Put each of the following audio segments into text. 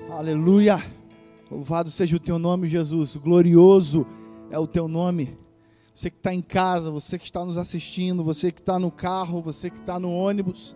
Aleluia, louvado seja o teu nome, Jesus, glorioso é o teu nome. Você que está em casa, você que está nos assistindo, você que está no carro, você que está no ônibus,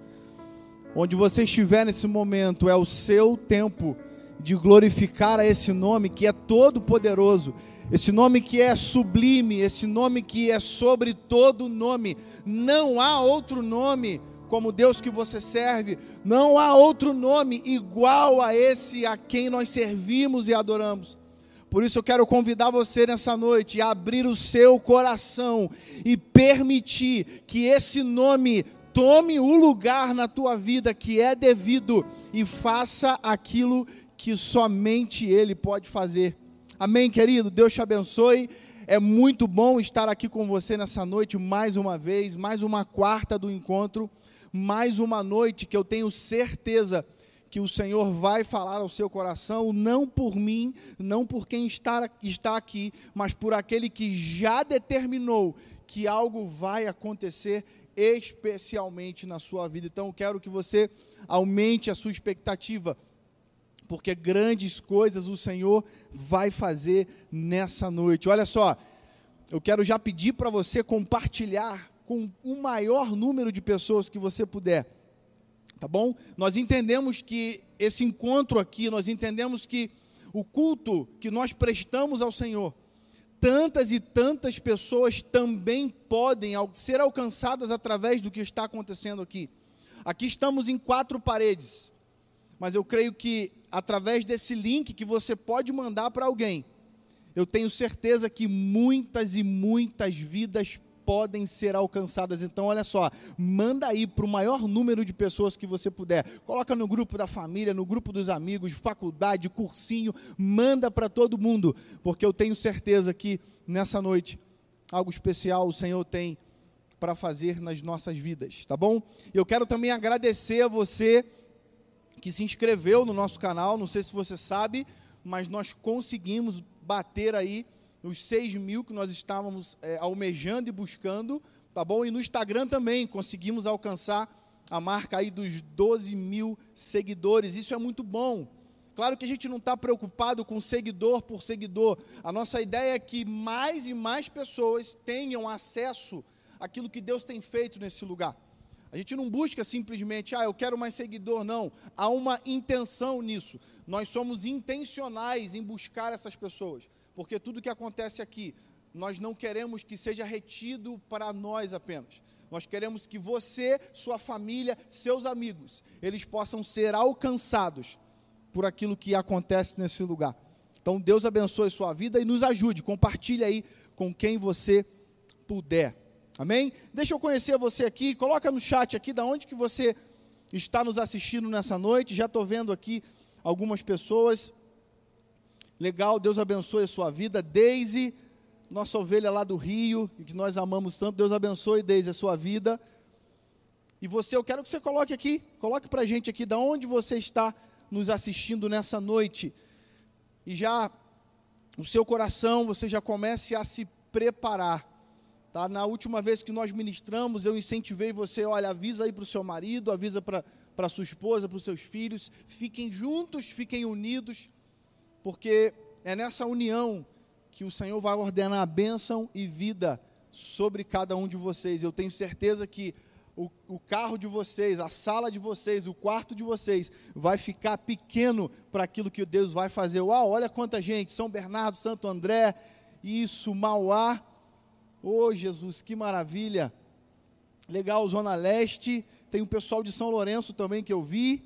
onde você estiver nesse momento, é o seu tempo de glorificar a esse nome que é todo poderoso, esse nome que é sublime, esse nome que é sobre todo nome. Não há outro nome como Deus que você serve, não há outro nome igual a esse a quem nós servimos e adoramos. Por isso eu quero convidar você nessa noite a abrir o seu coração e permitir que esse nome tome o lugar na tua vida que é devido e faça aquilo que somente Ele pode fazer. Amém, querido? Deus te abençoe. É muito bom estar aqui com você nessa noite mais uma vez, mais uma quarta do encontro, mais uma noite que eu tenho certeza que o Senhor vai falar ao seu coração, não por mim, não por quem está aqui, mas por aquele que já determinou que algo vai acontecer especialmente na sua vida. Então eu quero que você aumente a sua expectativa, porque grandes coisas o Senhor vai fazer nessa noite. Olha só, eu quero já pedir para você compartilhar com o maior número de pessoas que você puder, tá bom? Nós entendemos que esse encontro aqui, nós entendemos que o culto que nós prestamos ao Senhor, tantas e tantas pessoas também podem ser alcançadas através do que está acontecendo aqui. Aqui estamos em 4 paredes, mas eu creio que através desse link que você pode mandar para alguém, eu tenho certeza que muitas e muitas vidas podem ser alcançadas. Então olha só, manda aí para o maior número de pessoas que você puder, coloca no grupo da família, no grupo dos amigos, faculdade, cursinho, manda para todo mundo, porque eu tenho certeza que nessa noite, algo especial o Senhor tem para fazer nas nossas vidas, tá bom? Eu quero também agradecer a você que se inscreveu no nosso canal, não sei se você sabe, mas nós conseguimos bater aí os 6.000 que nós estávamos almejando e buscando, tá bom? E no Instagram também conseguimos alcançar a marca aí dos 12.000 seguidores, isso é muito bom. Claro que a gente não está preocupado com seguidor por seguidor, a nossa ideia é que mais e mais pessoas tenham acesso àquilo que Deus tem feito nesse lugar. A gente não busca simplesmente, eu quero mais seguidor, não, há uma intenção nisso, nós somos intencionais em buscar essas pessoas. Porque tudo que acontece aqui, nós não queremos que seja retido para nós apenas. Nós queremos que você, sua família, seus amigos, eles possam ser alcançados por aquilo que acontece nesse lugar. Então Deus abençoe sua vida e nos ajude, compartilhe aí com quem você puder. Amém? Deixa eu conhecer você aqui, coloca no chat aqui de onde que você está nos assistindo nessa noite. Já estou vendo aqui algumas pessoas. Legal, Deus abençoe a sua vida. Deise, nossa ovelha lá do Rio, que nós amamos tanto, Deus abençoe, Deise, a sua vida. E você, eu quero que você coloque aqui, coloque para a gente aqui, de onde você está nos assistindo nessa noite. E já, o seu coração, você já comece a se preparar. Tá? Na última vez que nós ministramos, eu incentivei você, olha, avisa aí para o seu marido, avisa para a sua esposa, para os seus filhos, fiquem juntos, fiquem unidos, porque é nessa união que o Senhor vai ordenar a bênção e vida sobre cada um de vocês. Eu tenho certeza que o carro de vocês, a sala de vocês, o quarto de vocês vai ficar pequeno para aquilo que Deus vai fazer. Uau, olha quanta gente, São Bernardo, Santo André, isso, Mauá. Oh, Jesus, que maravilha. Legal, Zona Leste, tem o pessoal de São Lourenço também que eu vi.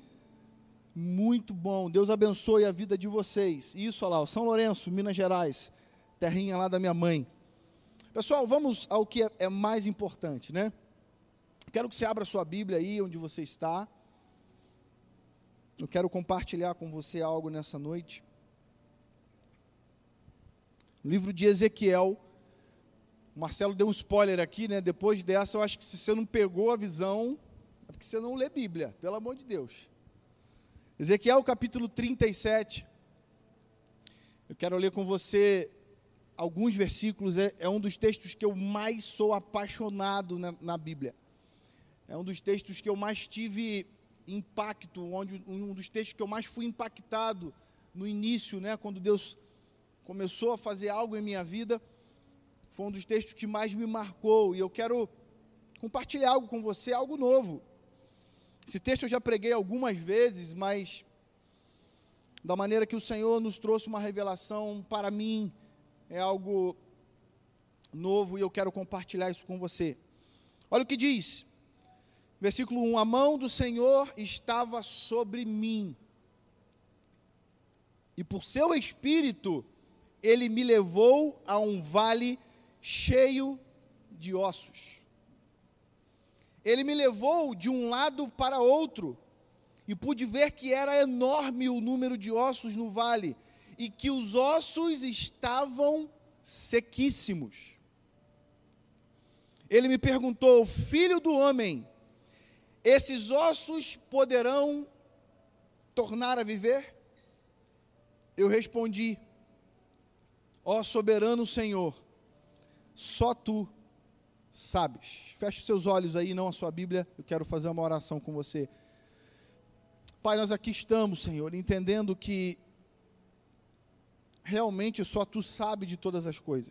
Muito bom, Deus abençoe a vida de vocês. Isso, olha lá, São Lourenço, Minas Gerais, terrinha lá da minha mãe. Pessoal, vamos ao que é mais importante, né? Quero que você abra sua Bíblia aí, onde você está. Eu quero compartilhar com você algo nessa noite. No livro de Ezequiel, o Marcelo deu um spoiler aqui, né? Depois dessa, eu acho que se você não pegou a visão, é porque você não lê Bíblia, pelo amor de Deus. Ezequiel capítulo 37, eu quero ler com você alguns versículos, é um dos textos que eu mais sou apaixonado na Bíblia, é um dos textos que eu mais tive impacto, um dos textos que eu mais fui impactado no início, né, quando Deus começou a fazer algo em minha vida, foi um dos textos que mais me marcou, e eu quero compartilhar algo com você, algo novo. Esse texto eu já preguei algumas vezes, mas da maneira que o Senhor nos trouxe uma revelação, para mim, é algo novo, e eu quero compartilhar isso com você. Olha o que diz, versículo 1, a mão do Senhor estava sobre mim, e por seu Espírito, Ele me levou a um vale cheio de ossos. Ele me levou de um lado para outro, e pude ver que era enorme o número de ossos no vale, e que os ossos estavam sequíssimos. Ele me perguntou, filho do homem, esses ossos poderão tornar a viver? Eu respondi, ó soberano Senhor, só tu sabes. Feche os seus olhos aí, não a sua Bíblia, eu quero fazer uma oração com você. Pai, nós aqui estamos, Senhor, entendendo que realmente só tu sabes de todas as coisas.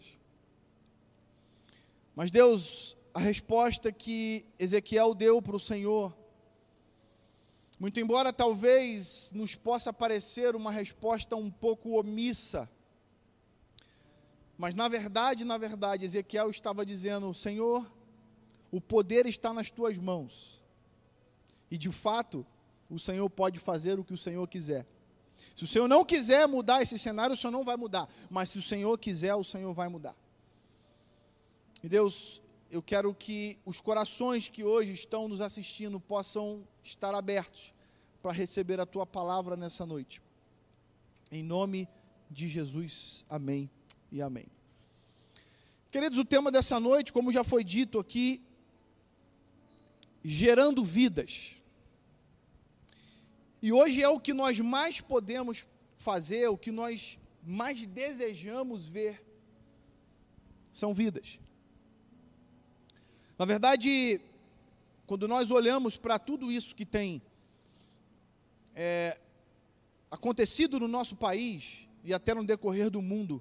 Mas Deus, a resposta que Ezequiel deu para o Senhor, muito embora talvez nos possa parecer uma resposta um pouco omissa, mas na verdade, Ezequiel estava dizendo, Senhor, o poder está nas tuas mãos, e de fato, o Senhor pode fazer o que o Senhor quiser. Se o Senhor não quiser mudar esse cenário, o Senhor não vai mudar, mas se o Senhor quiser, o Senhor vai mudar. E Deus, eu quero que os corações que hoje estão nos assistindo possam estar abertos para receber a Tua palavra nessa noite. Em nome de Jesus, amém e amém. Queridos, o tema dessa noite, como já foi dito aqui, gerando vidas. E hoje é o que nós mais podemos fazer, o que nós mais desejamos ver, são vidas. Na verdade, quando nós olhamos para tudo isso que tem acontecido no nosso país, e até no decorrer do mundo,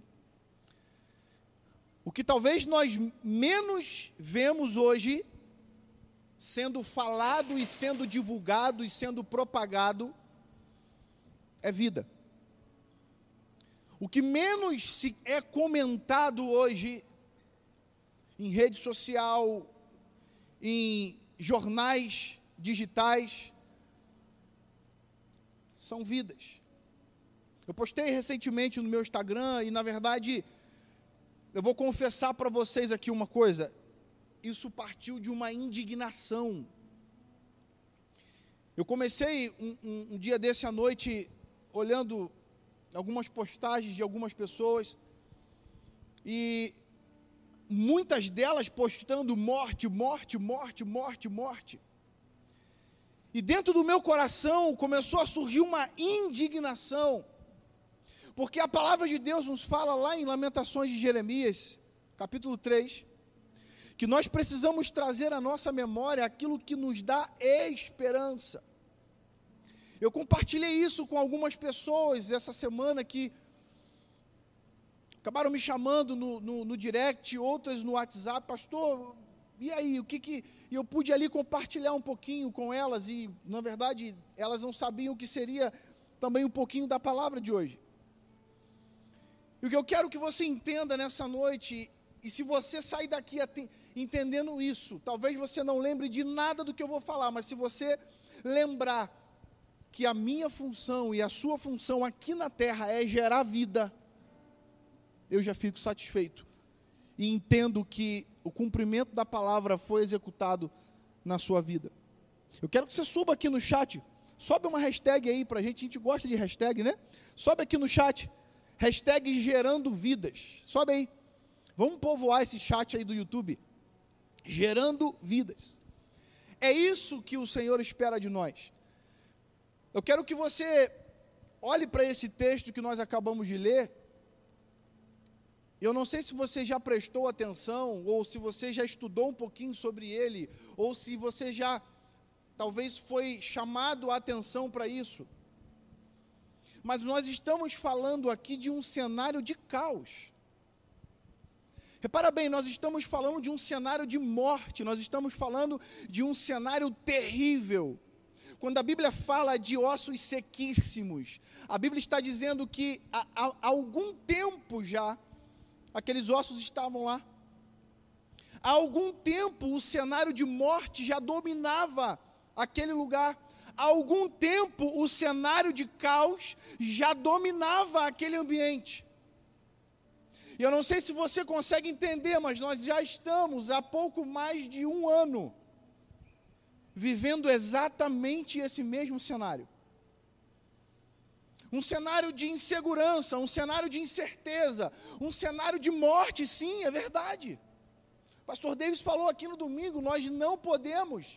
o que talvez nós menos vemos hoje, sendo falado e sendo divulgado e sendo propagado, é vida. O que menos se é comentado hoje, em rede social, em jornais digitais, são vidas. Eu postei recentemente no meu Instagram e, na verdade, eu vou confessar para vocês aqui uma coisa, isso partiu de uma indignação. Eu comecei um dia desse à noite, olhando algumas postagens de algumas pessoas, e muitas delas postando morte, morte, morte, morte, morte. E dentro do meu coração começou a surgir uma indignação, porque a palavra de Deus nos fala lá em Lamentações de Jeremias, capítulo 3, que nós precisamos trazer à nossa memória aquilo que nos dá esperança. Eu compartilhei isso com algumas pessoas essa semana que acabaram me chamando no direct, outras no WhatsApp, pastor, e aí, e eu pude ali compartilhar um pouquinho com elas, e na verdade elas não sabiam o que seria também um pouquinho da palavra de hoje. E o que eu quero que você entenda nessa noite, e se você sair daqui entendendo isso, talvez você não lembre de nada do que eu vou falar, mas se você lembrar que a minha função e a sua função aqui na terra é gerar vida, eu já fico satisfeito e entendo que o cumprimento da palavra foi executado na sua vida. Eu quero que você suba aqui no chat, sobe uma hashtag aí pra gente gosta de hashtag, né? Sobe aqui no chat, hashtag gerando vidas, sobe aí, vamos povoar esse chat aí do YouTube, gerando vidas. É isso que o Senhor espera de nós. Eu quero que você olhe para esse texto que nós acabamos de ler. Eu não sei se você já prestou atenção, ou se você já estudou um pouquinho sobre ele, ou se você já, talvez, foi chamado a atenção para isso. Mas nós estamos falando aqui de um cenário de caos. Repara bem, nós estamos falando de um cenário de morte, nós estamos falando de um cenário terrível. Quando a Bíblia fala de ossos sequíssimos, a Bíblia está dizendo que há algum tempo já, aqueles ossos estavam lá. Há algum tempo o cenário de morte já dominava aquele lugar. Há algum tempo o cenário de caos já dominava aquele ambiente. E eu não sei se você consegue entender, mas nós já estamos há pouco mais de 1 ano vivendo exatamente esse mesmo cenário. Um cenário de insegurança, um cenário de incerteza, um cenário de morte, sim, é verdade. O pastor Davis falou aqui no domingo, nós não podemos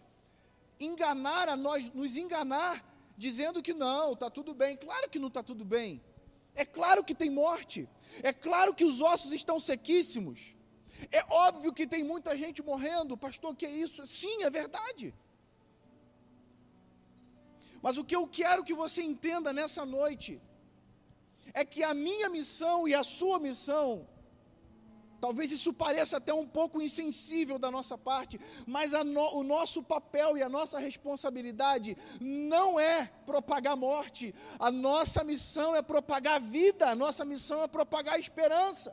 nos enganar dizendo que não, está tudo bem. Claro que não está tudo bem. É claro que tem morte. É claro que os ossos estão sequíssimos. É óbvio que tem muita gente morrendo. Pastor, que é isso? Sim, é verdade. Mas o que eu quero que você entenda nessa noite é que a minha missão e a sua missão, talvez isso pareça até um pouco insensível da nossa parte, mas o nosso papel e a nossa responsabilidade não é propagar morte. A nossa missão é propagar vida, a nossa missão é propagar esperança.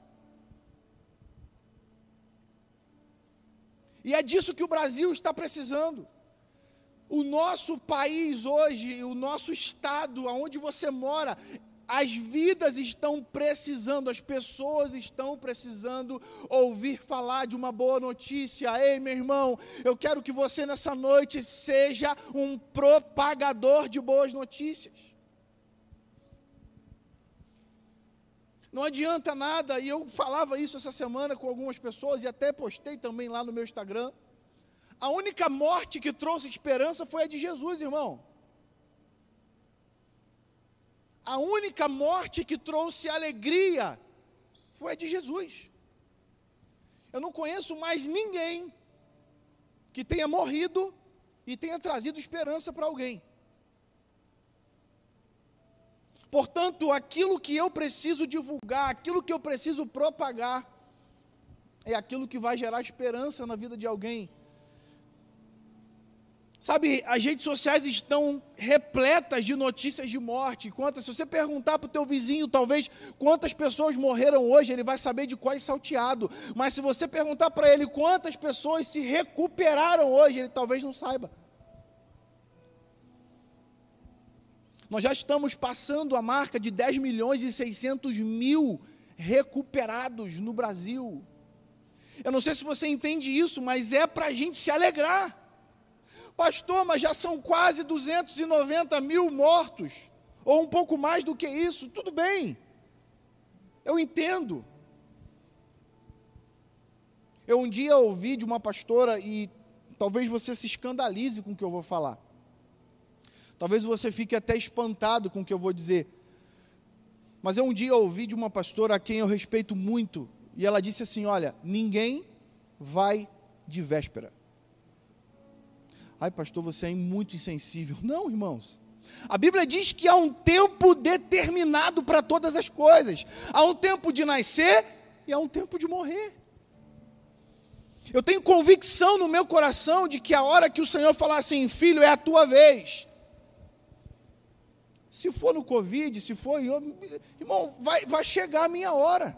E é disso que o Brasil está precisando. O nosso país hoje, o nosso estado, onde você mora, as vidas estão precisando, as pessoas estão precisando ouvir falar de uma boa notícia. Ei, meu irmão, eu quero que você nessa noite seja um propagador de boas notícias. Não adianta nada, e eu falava isso essa semana com algumas pessoas, e até postei também lá no meu Instagram. A única morte que trouxe esperança foi a de Jesus, irmão. A única morte que trouxe alegria foi a de Jesus. Eu não conheço mais ninguém que tenha morrido e tenha trazido esperança para alguém. Portanto, aquilo que eu preciso divulgar, aquilo que eu preciso propagar, é aquilo que vai gerar esperança na vida de alguém. Sabe, as redes sociais estão repletas de notícias de morte. Se você perguntar para o teu vizinho, talvez, quantas pessoas morreram hoje, ele vai saber de qual salteado. Mas se você perguntar para ele quantas pessoas se recuperaram hoje, ele talvez não saiba. Nós já estamos passando a marca de 10.600.000 recuperados no Brasil. Eu não sei se você entende isso, mas é para a gente se alegrar. Pastor, mas já são quase 290.000 mortos, ou um pouco mais do que isso. Tudo bem, eu entendo. Eu um dia ouvi de uma pastora, e talvez você se escandalize com o que eu vou falar. Talvez você fique até espantado com o que eu vou dizer. Mas eu um dia ouvi de uma pastora a quem eu respeito muito, e ela disse assim, olha, ninguém vai de véspera. Ai, pastor, você é muito insensível. Não, irmãos. A Bíblia diz que há um tempo determinado para todas as coisas. Há um tempo de nascer e há um tempo de morrer. Eu tenho convicção no meu coração de que a hora que o Senhor falar assim, filho, é a tua vez. Se for no Covid, se for... Irmão, vai chegar a minha hora.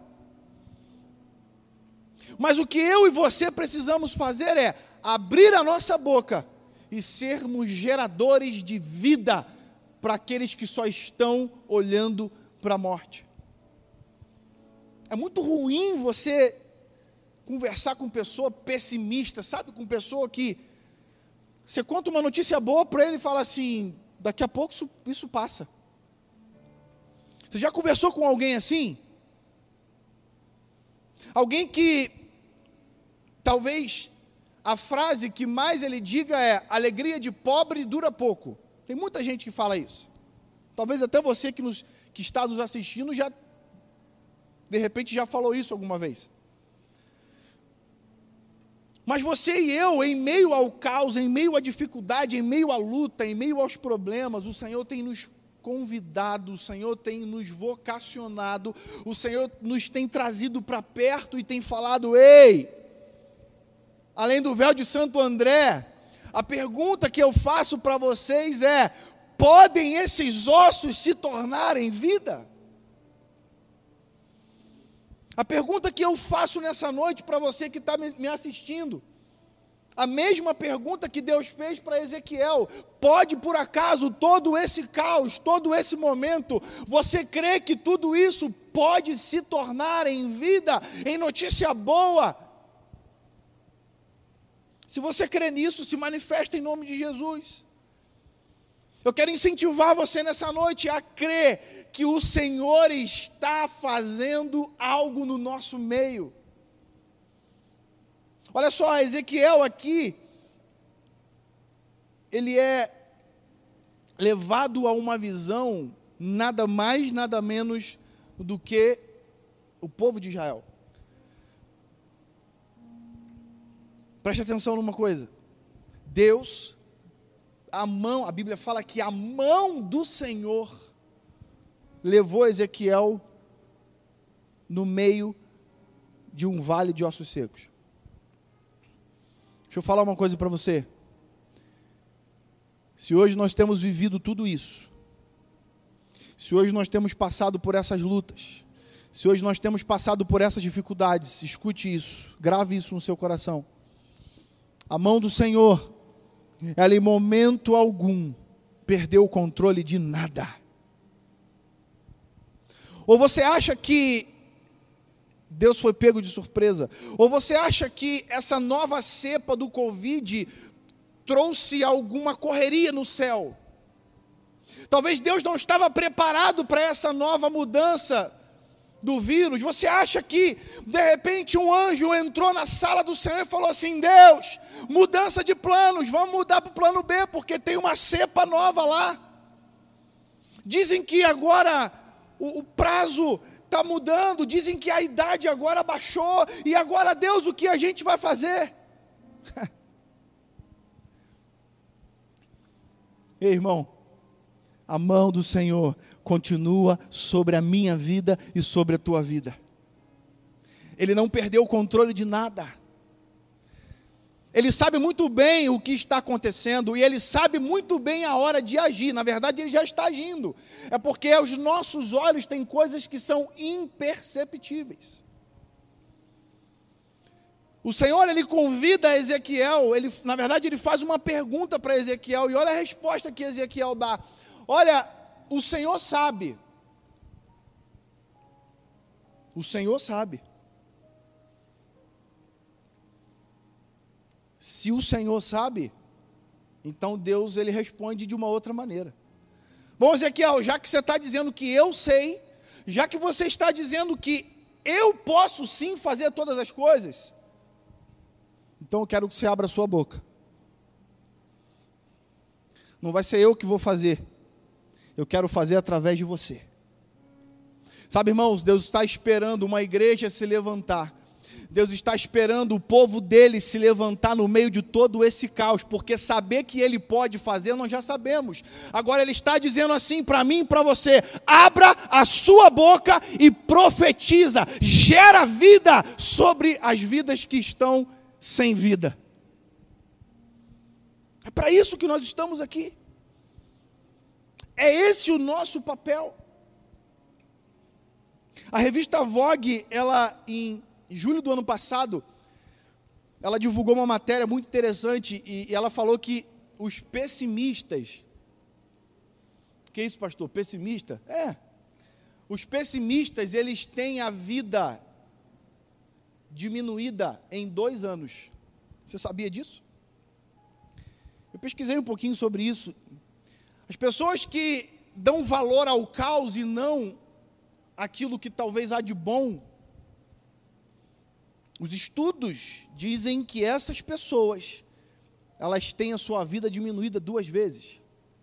Mas o que eu e você precisamos fazer é abrir a nossa boca e sermos geradores de vida para aqueles que só estão olhando para a morte. É muito ruim você conversar com pessoa pessimista, sabe? Com pessoa que você conta uma notícia boa para ele e fala assim, daqui a pouco isso passa. Você já conversou com alguém assim? Alguém que talvez a frase que mais ele diga é, alegria de pobre dura pouco. Tem muita gente que fala isso. Talvez até você que está nos assistindo já, de repente, já falou isso alguma vez. Mas você e eu, em meio ao caos, em meio à dificuldade, em meio à luta, em meio aos problemas, o Senhor tem nos convidado, o Senhor tem nos vocacionado, o Senhor nos tem trazido para perto e tem falado: ei, além do véu de Santo André, a pergunta que eu faço para vocês é: podem esses ossos se tornarem vida? A pergunta que eu faço nessa noite para você que está me assistindo, a mesma pergunta que Deus fez para Ezequiel: pode por acaso todo esse caos, todo esse momento, você crê que tudo isso pode se tornar em vida, em notícia boa? Se você crê nisso, se manifesta em nome de Jesus. Eu quero incentivar você nessa noite a crer que o Senhor está fazendo algo no nosso meio. Olha só, Ezequiel aqui, ele é levado a uma visão nada mais, nada menos do que o povo de Israel. Preste atenção numa coisa. Deus, a Bíblia fala que a mão do Senhor levou Ezequiel no meio de um vale de ossos secos. Deixa eu falar uma coisa para você. Se hoje nós temos vivido tudo isso, se hoje nós temos passado por essas lutas, se hoje nós temos passado por essas dificuldades, escute isso, grave isso no seu coração. A mão do Senhor, ela em momento algum perdeu o controle de nada. Ou você acha que Deus foi pego de surpresa? Ou você acha que essa nova cepa do Covid trouxe alguma correria no céu? Talvez Deus não estava preparado para essa nova mudança do vírus. Você acha que, de repente, um anjo entrou na sala do Senhor e falou assim: Deus, mudança de planos, vamos mudar para o plano B, porque tem uma cepa nova lá. Dizem que agora o prazo está mudando, dizem que a idade agora baixou, e agora, Deus, o que a gente vai fazer? Ei, irmão, a mão do Senhor continua sobre a minha vida e sobre a tua vida. Ele não perdeu o controle de nada. Ele sabe muito bem o que está acontecendo, e Ele sabe muito bem a hora de agir. Na verdade, Ele já está agindo. É porque aos nossos olhos tem coisas que são imperceptíveis. O Senhor, Ele convida Ezequiel, na verdade, Ele faz uma pergunta para Ezequiel, e olha a resposta que Ezequiel dá. Olha, o Senhor sabe. O Senhor sabe. Se o Senhor sabe, então Deus, Ele responde de uma outra maneira. Bom, Ezequiel, já que você está dizendo que eu sei, já que você está dizendo que eu posso sim fazer todas as coisas, então eu quero que você abra a sua boca. Não vai ser eu que vou fazer. Eu quero fazer através de você. Sabe, irmãos, Deus está esperando uma igreja se levantar. Deus está esperando o povo dele se levantar no meio de todo esse caos, porque saber que Ele pode fazer, nós já sabemos. Agora Ele está dizendo assim para mim e para você: abra a sua boca e profetiza, gera vida sobre as vidas que estão sem vida. É para isso que nós estamos aqui. É esse o nosso papel. A revista Vogue, ela em julho do ano passado, ela divulgou uma matéria muito interessante e ela falou que os pessimistas... Que isso, pastor? Pessimista? Os pessimistas, eles têm a vida diminuída em 2 anos. Você sabia disso? Eu pesquisei um pouquinho sobre isso. As pessoas que dão valor ao caos e não aquilo que talvez há de bom, os estudos dizem que essas pessoas, elas têm a sua vida diminuída 2 vezes.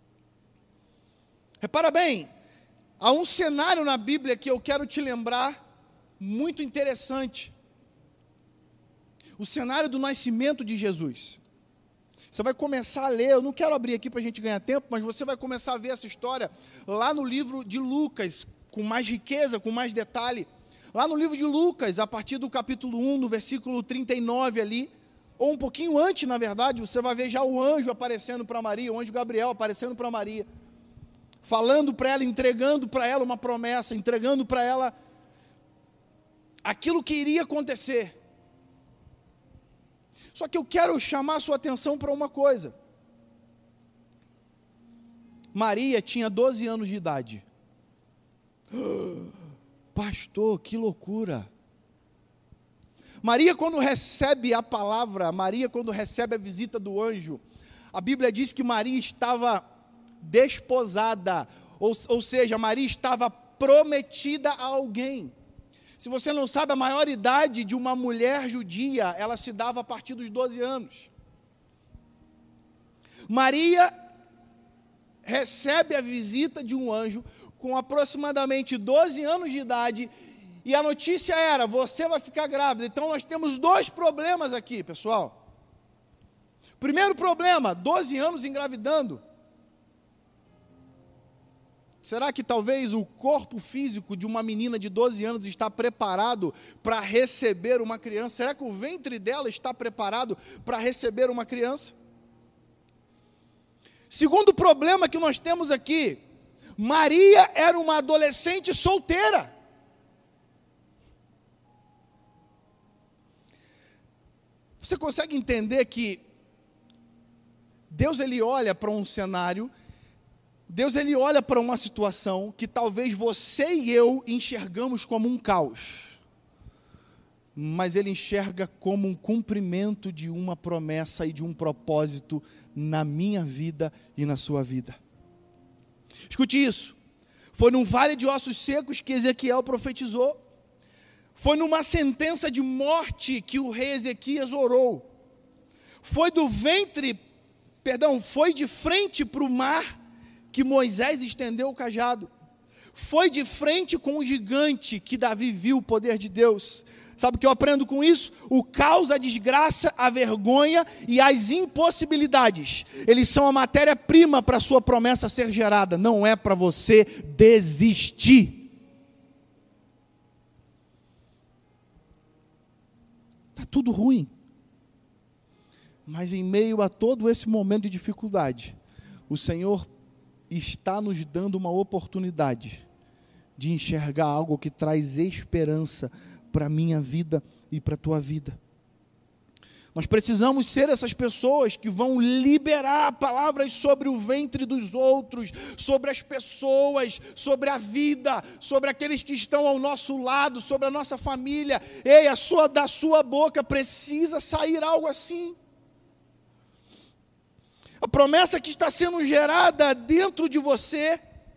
Repara bem, há um cenário na Bíblia que eu quero te lembrar, muito interessante. O cenário do nascimento de Jesus. Você vai começar a ler, eu não quero abrir aqui para a gente ganhar tempo, mas você vai começar a ver essa história lá no livro de Lucas, com mais riqueza, com mais detalhe. Lá no livro de Lucas, a partir do capítulo 1, no versículo 39 ali, ou um pouquinho antes, na verdade, você vai ver já o anjo aparecendo para Maria, o anjo Gabriel aparecendo para Maria, falando para ela, entregando para ela uma promessa, entregando para ela aquilo que iria acontecer. Só que eu quero chamar a sua atenção para uma coisa. Maria tinha 12 anos de idade. Pastor, que loucura. Maria, quando recebe a palavra, Maria, quando recebe a visita do anjo, a Bíblia diz que Maria estava desposada, ou seja, Maria estava prometida a alguém. Se você não sabe, a maioridade de uma mulher judia, ela se dava a partir dos 12 anos. Maria recebe a visita de um anjo com aproximadamente 12 anos de idade, e a notícia era, você vai ficar grávida. Então nós temos dois problemas aqui, pessoal. Primeiro problema, 12 anos engravidando. Será que talvez o corpo físico de uma menina de 12 anos está preparado para receber uma criança? Será que o ventre dela está preparado para receber uma criança? Segundo problema que nós temos aqui, Maria era uma adolescente solteira. Você consegue entender que Deus ele olha para um cenário, Deus ele olha para uma situação que talvez você e eu enxergamos como um caos, mas ele enxerga como um cumprimento de uma promessa e de um propósito na minha vida e na sua vida. Escute isso, foi num vale de ossos secos que Ezequiel profetizou, foi numa sentença de morte que o rei Ezequias orou, foi de frente para o mar que Moisés estendeu o cajado, foi de frente com o gigante que Davi viu o poder de Deus. Sabe o que eu aprendo com isso? O caos, a desgraça, a vergonha e as impossibilidades, eles são a matéria-prima para a sua promessa ser gerada, não é para você desistir. Está tudo ruim, mas em meio a todo esse momento de dificuldade, o Senhor está nos dando uma oportunidade de enxergar algo que traz esperança para a minha vida e para a tua vida. Nós precisamos ser essas pessoas que vão liberar palavras sobre o ventre dos outros, sobre as pessoas, sobre a vida, sobre aqueles que estão ao nosso lado, sobre a nossa família. Ei, da sua boca precisa sair algo assim. A promessa que está sendo gerada dentro de você,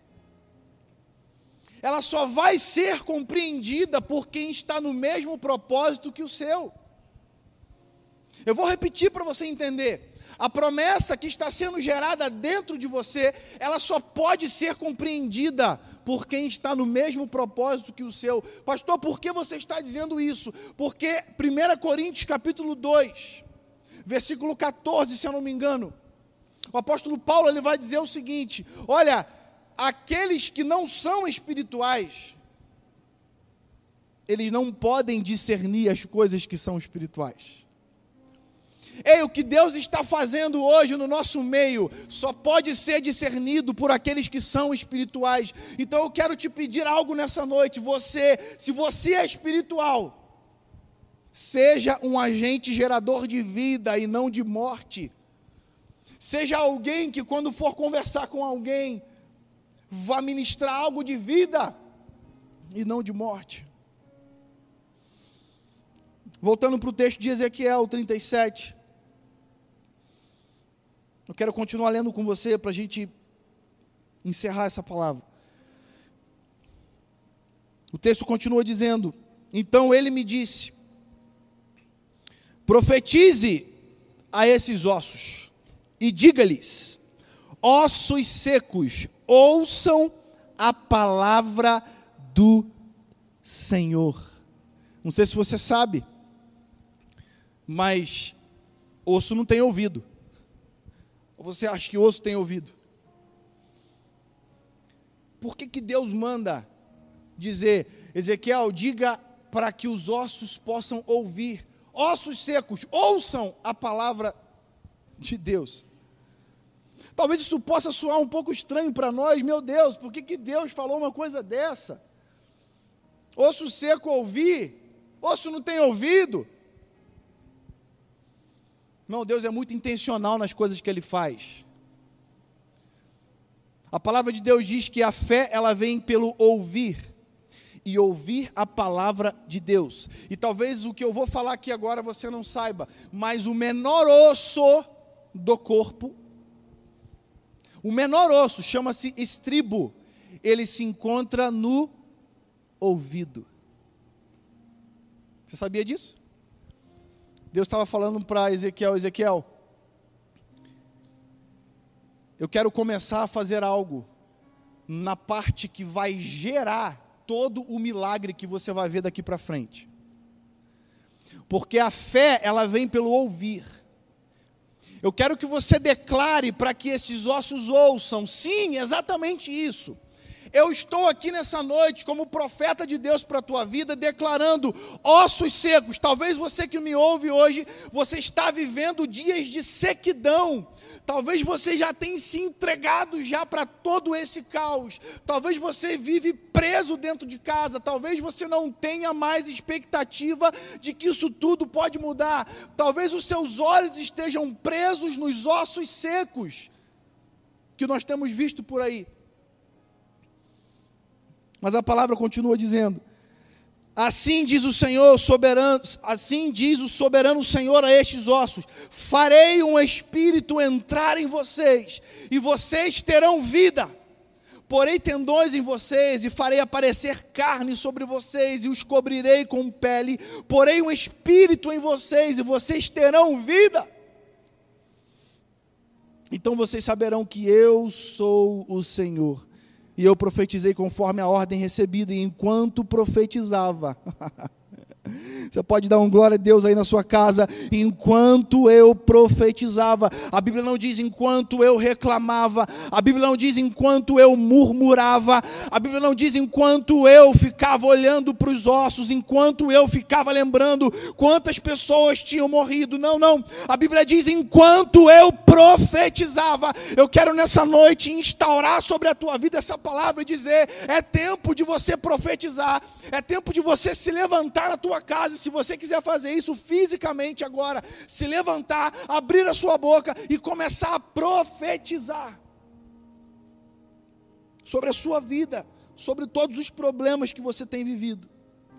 ela só vai ser compreendida por quem está no mesmo propósito que o seu. Eu vou repetir para você entender. A promessa que está sendo gerada dentro de você, ela só pode ser compreendida por quem está no mesmo propósito que o seu. Pastor, por que você está dizendo isso? Porque 1 Coríntios capítulo 2, versículo 14, se eu não me engano, o apóstolo Paulo ele vai dizer o seguinte: olha, aqueles que não são espirituais, eles não podem discernir as coisas que são espirituais. Ei, o que Deus está fazendo hoje no nosso meio só pode ser discernido por aqueles que são espirituais. Então eu quero te pedir algo nessa noite. Se você é espiritual, seja um agente gerador de vida e não de morte. Seja alguém que quando for conversar com alguém, vá ministrar algo de vida e não de morte. Voltando para o texto de Ezequiel 37. Eu quero continuar lendo com você para a gente encerrar essa palavra. O texto continua dizendo: então ele me disse, profetize a esses ossos e diga-lhes, ossos secos, ouçam a palavra do Senhor. Não sei se você sabe, mas osso não tem ouvido. Ou você acha que osso tem ouvido? Por que Deus manda dizer, Ezequiel, diga para que os ossos possam ouvir? Ossos secos, ouçam a palavra de Deus. Talvez isso possa soar um pouco estranho para nós. Meu Deus, por que Deus falou uma coisa dessa? Osso seco ouvir, osso não tem ouvido. Não, Deus é muito intencional nas coisas que Ele faz. A palavra de Deus diz que a fé, ela vem pelo ouvir, e ouvir a palavra de Deus. E talvez o que eu vou falar aqui agora você não saiba, mas o menor osso do corpo, o menor osso, chama-se estribo, ele se encontra no ouvido. Você sabia disso? Deus estava falando para Ezequiel, eu quero começar a fazer algo na parte que vai gerar todo o milagre que você vai ver daqui para frente. Porque a fé, ela vem pelo ouvir. Eu quero que você declare para que esses ossos ouçam. Sim, exatamente isso. Eu estou aqui nessa noite como profeta de Deus para a tua vida, declarando ossos secos. Talvez você que me ouve hoje, você está vivendo dias de sequidão. Talvez você já tenha se entregado já para todo esse caos. Talvez você vive preso dentro de casa. Talvez você não tenha mais expectativa de que isso tudo pode mudar. Talvez os seus olhos estejam presos nos ossos secos que nós temos visto por aí. Mas a palavra continua dizendo, assim diz o Senhor soberano, assim diz o soberano Senhor a estes ossos, farei um espírito entrar em vocês, e vocês terão vida, porei tendões em vocês, e farei aparecer carne sobre vocês, e os cobrirei com pele, porei um espírito em vocês, e vocês terão vida. Então vocês saberão que eu sou o Senhor. E eu profetizei conforme a ordem recebida, e enquanto profetizava, você pode dar um glória a Deus aí na sua casa, enquanto eu profetizava, a Bíblia não diz enquanto eu reclamava, a Bíblia não diz enquanto eu murmurava, a Bíblia não diz enquanto eu ficava olhando para os ossos, enquanto eu ficava lembrando quantas pessoas tinham morrido, não, a Bíblia diz enquanto eu profetizava. Eu quero nessa noite instaurar sobre a tua vida essa palavra e dizer, é tempo de você profetizar, é tempo de você se levantar na tua casa, se você quiser fazer isso fisicamente agora, se levantar, abrir a sua boca e começar a profetizar sobre a sua vida, sobre todos os problemas que você tem vivido.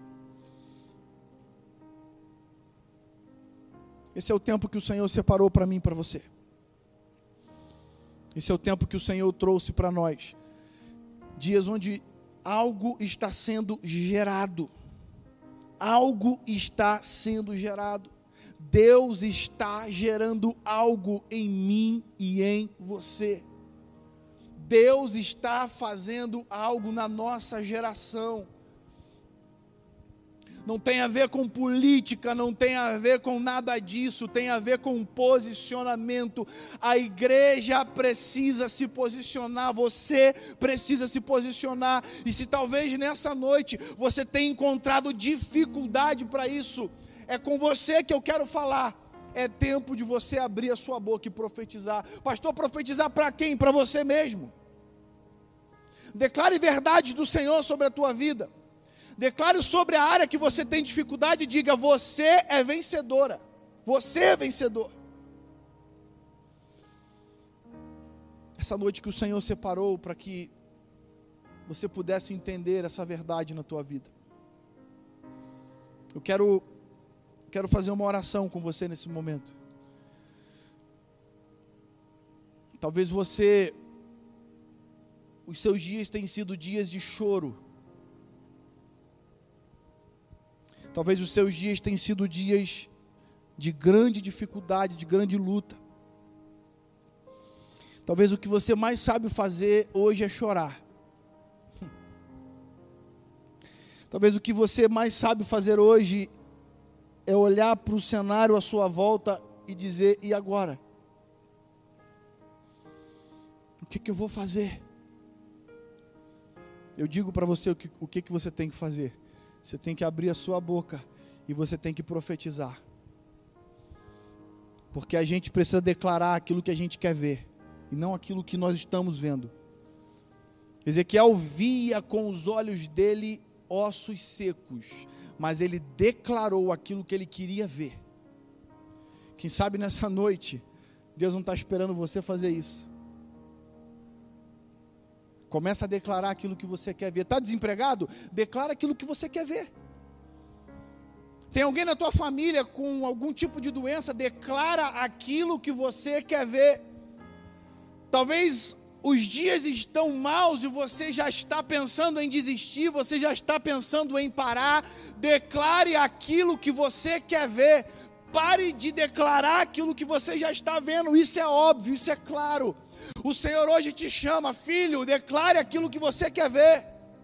Esse é o tempo que o Senhor separou para mim e para você. Esse é o tempo que o Senhor trouxe para nós. Dias onde algo está sendo gerado. Algo está sendo gerado. Deus está gerando algo em mim e em você. Deus está fazendo algo na nossa geração. Não tem a ver com política, não tem a ver com nada disso, tem a ver com posicionamento. A igreja precisa se posicionar, você precisa se posicionar. E se talvez nessa noite você tenha encontrado dificuldade para isso, é com você que eu quero falar. É tempo de você abrir a sua boca e profetizar. Pastor, profetizar para quem? Para você mesmo. Declare verdades do Senhor sobre a tua vida. Declare sobre a área que você tem dificuldade e diga, você é vencedora. Você é vencedor. Essa noite que o Senhor separou para que você pudesse entender essa verdade na tua vida. Eu quero fazer uma oração com você nesse momento. Talvez os seus dias tenham sido dias de choro. Talvez os seus dias tenham sido dias de grande dificuldade, de grande luta. Talvez o que você mais sabe fazer hoje é chorar. Talvez o que você mais sabe fazer hoje é olhar para o cenário à sua volta e dizer, e agora? que eu vou fazer? Eu digo para você o que você tem que fazer. Você tem que abrir a sua boca e você tem que profetizar. Porque a gente precisa declarar aquilo que a gente quer ver e não aquilo que nós estamos vendo. Ezequiel via com os olhos dele ossos secos, mas ele declarou aquilo que ele queria ver. Quem sabe nessa noite, Deus não está esperando você fazer isso. Começa a declarar aquilo que você quer ver. Está desempregado? Declara aquilo que você quer ver. Tem alguém na tua família com algum tipo de doença? Declara aquilo que você quer ver. Talvez os dias estão maus e você já está pensando em desistir, você já está pensando em parar. Declare aquilo que você quer ver. Pare de declarar aquilo que você já está vendo. Isso é óbvio, isso é claro. O Senhor hoje te chama, filho, declare aquilo que você quer ver.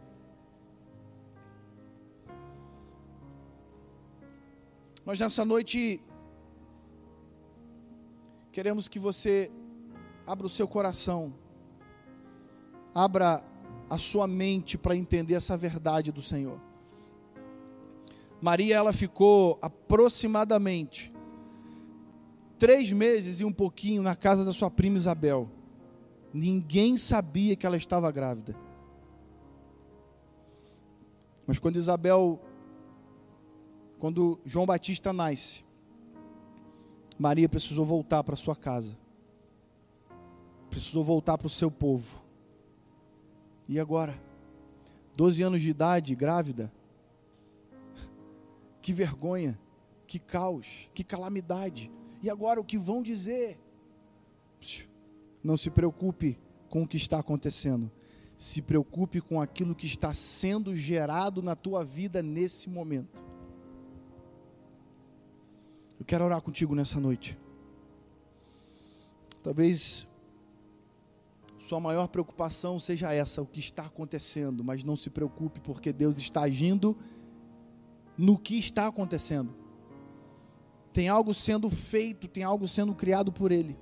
Nós nessa noite queremos que você abra o seu coração, abra a sua mente para entender essa verdade do Senhor. Maria, ela ficou aproximadamente 3 meses e um pouquinho na casa da sua prima Isabel. Ninguém sabia que ela estava grávida. Mas quando João Batista nasce, Maria precisou voltar para sua casa. Precisou voltar para o seu povo. E agora? 12 anos de idade, grávida. Que vergonha, que caos, que calamidade. E agora o que vão dizer? Não se preocupe com o que está acontecendo. Se preocupe com aquilo que está sendo gerado na tua vida nesse momento. Eu quero orar contigo nessa noite. Talvez sua maior preocupação seja essa, o que está acontecendo. Mas não se preocupe, porque Deus está agindo no que está acontecendo. Tem algo sendo feito, tem algo sendo criado por Ele.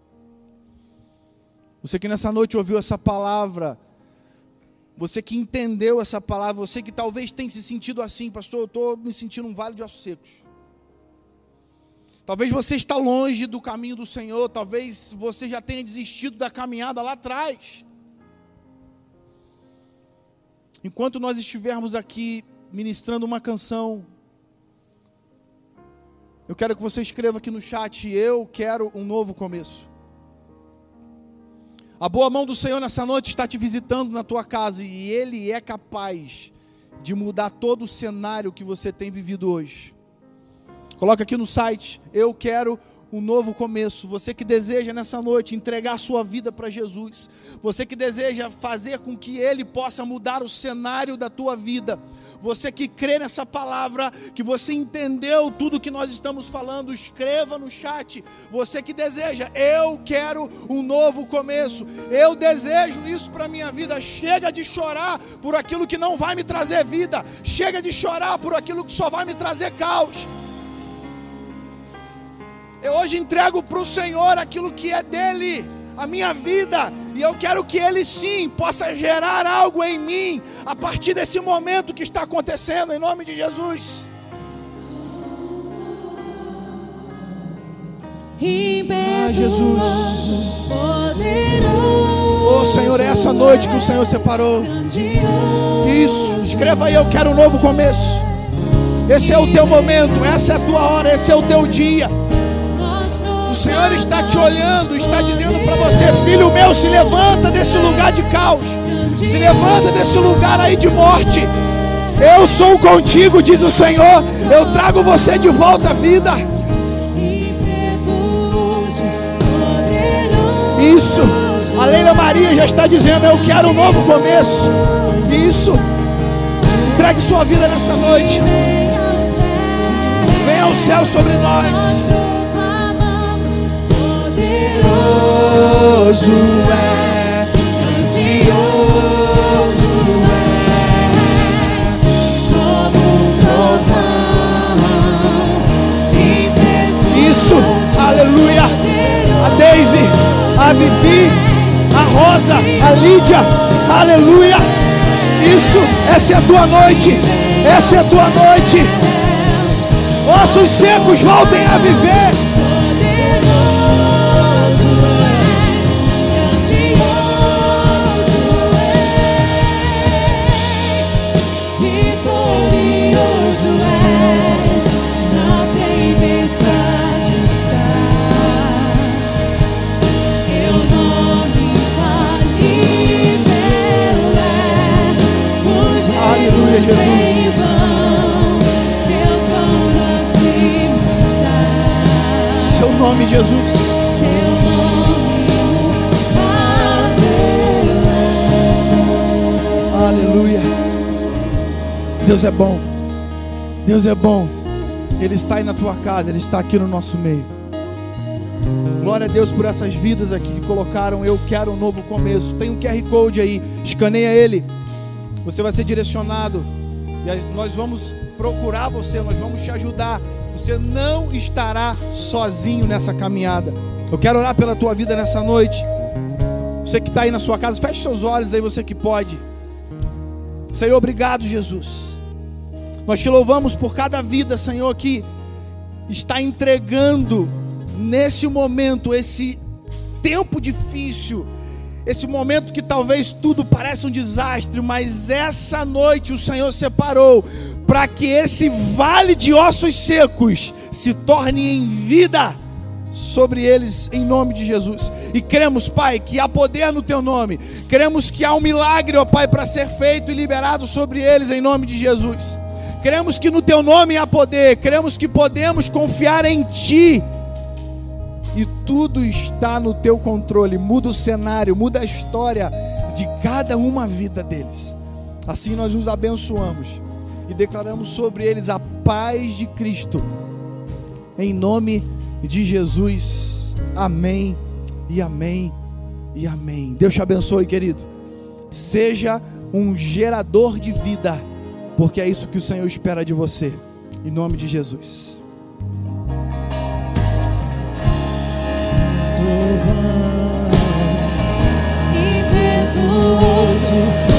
Você que nessa noite ouviu essa palavra, você que entendeu essa palavra, você que talvez tenha se sentido assim, pastor, eu estou me sentindo um vale de ossos secos. Talvez você está longe do caminho do Senhor, talvez você já tenha desistido da caminhada lá atrás. Enquanto nós estivermos aqui ministrando uma canção, eu quero que você escreva aqui no chat: eu quero um novo começo. A boa mão do Senhor nessa noite está te visitando na tua casa e Ele é capaz de mudar todo o cenário que você tem vivido hoje. Coloca aqui no site: eu quero um novo começo. Você que deseja nessa noite entregar a sua vida para Jesus, você que deseja fazer com que Ele possa mudar o cenário da tua vida, você que crê nessa palavra, que você entendeu tudo que nós estamos falando, escreva no chat. Você que deseja: eu quero um novo começo, eu desejo isso para a minha vida. Chega de chorar por aquilo que não vai me trazer vida, chega de chorar por aquilo que só vai me trazer caos. Eu hoje entrego para o Senhor aquilo que é dele, a minha vida, e eu quero que Ele sim possa gerar algo em mim, a partir desse momento que está acontecendo, em nome de Jesus. Jesus, oh Senhor, é essa noite que o Senhor separou. Isso, escreva aí: eu quero um novo começo. Esse é o teu momento, essa é a tua hora, esse é o teu dia. O Senhor está te olhando, está dizendo para você: filho meu, se levanta desse lugar de caos, se levanta desse lugar aí de morte. Eu sou contigo, diz o Senhor, eu trago você de volta à vida. Isso, a Leila Maria já está dizendo: eu quero um novo começo. Isso, entregue sua vida nessa noite. Venha ao céu sobre nós. Poderoso é, grandioso és, como um trovão, impetuoso. Isso, aleluia. A Deise, a Vivi, a Rosa, a Lídia, aleluia. Isso, essa é a tua noite, essa é a tua noite. Ossos secos voltem a viver. Aleluia, Jesus. Seu nome, Jesus. Aleluia. Deus é bom. Deus é bom. Ele está aí na tua casa, Ele está aqui no nosso meio. Glória a Deus por essas vidas aqui que colocaram eu quero um novo começo. Tem um QR Code aí, escaneia ele. Você vai ser direcionado e nós vamos procurar você, nós vamos te ajudar. Você não estará sozinho nessa caminhada. Eu quero orar pela tua vida nessa noite. Você que está aí na sua casa, feche seus olhos aí, você que pode. Senhor, obrigado, Jesus. Nós te louvamos por cada vida, Senhor, que está entregando nesse momento, esse tempo difícil, esse momento que talvez tudo pareça um desastre, mas essa noite o Senhor separou para que esse vale de ossos secos se torne em vida sobre eles, em nome de Jesus. E cremos, Pai, que há poder no Teu nome. Cremos que há um milagre, ó Pai, para ser feito e liberado sobre eles, em nome de Jesus. Cremos que no Teu nome há poder. Cremos que podemos confiar em Ti. E tudo está no Teu controle. Muda o cenário, muda a história de cada uma vida deles. Assim nós os abençoamos e declaramos sobre eles a paz de Cristo, em nome de Jesus. Amém e amém e amém. Deus te abençoe, querido. Seja um gerador de vida, porque é isso que o Senhor espera de você, em nome de Jesus. Impetuoso,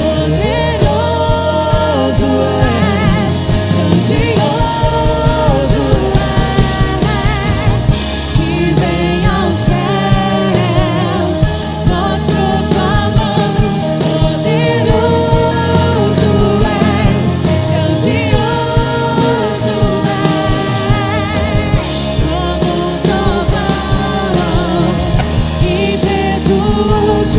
poderoso és, grandioso és, que vem aos céus, nós proclamamos, poderoso és, grandioso és, como trovão, impetuoso.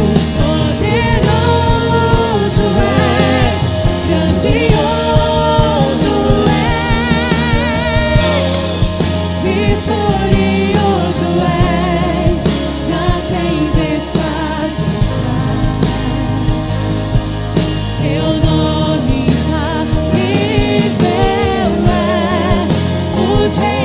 Hey.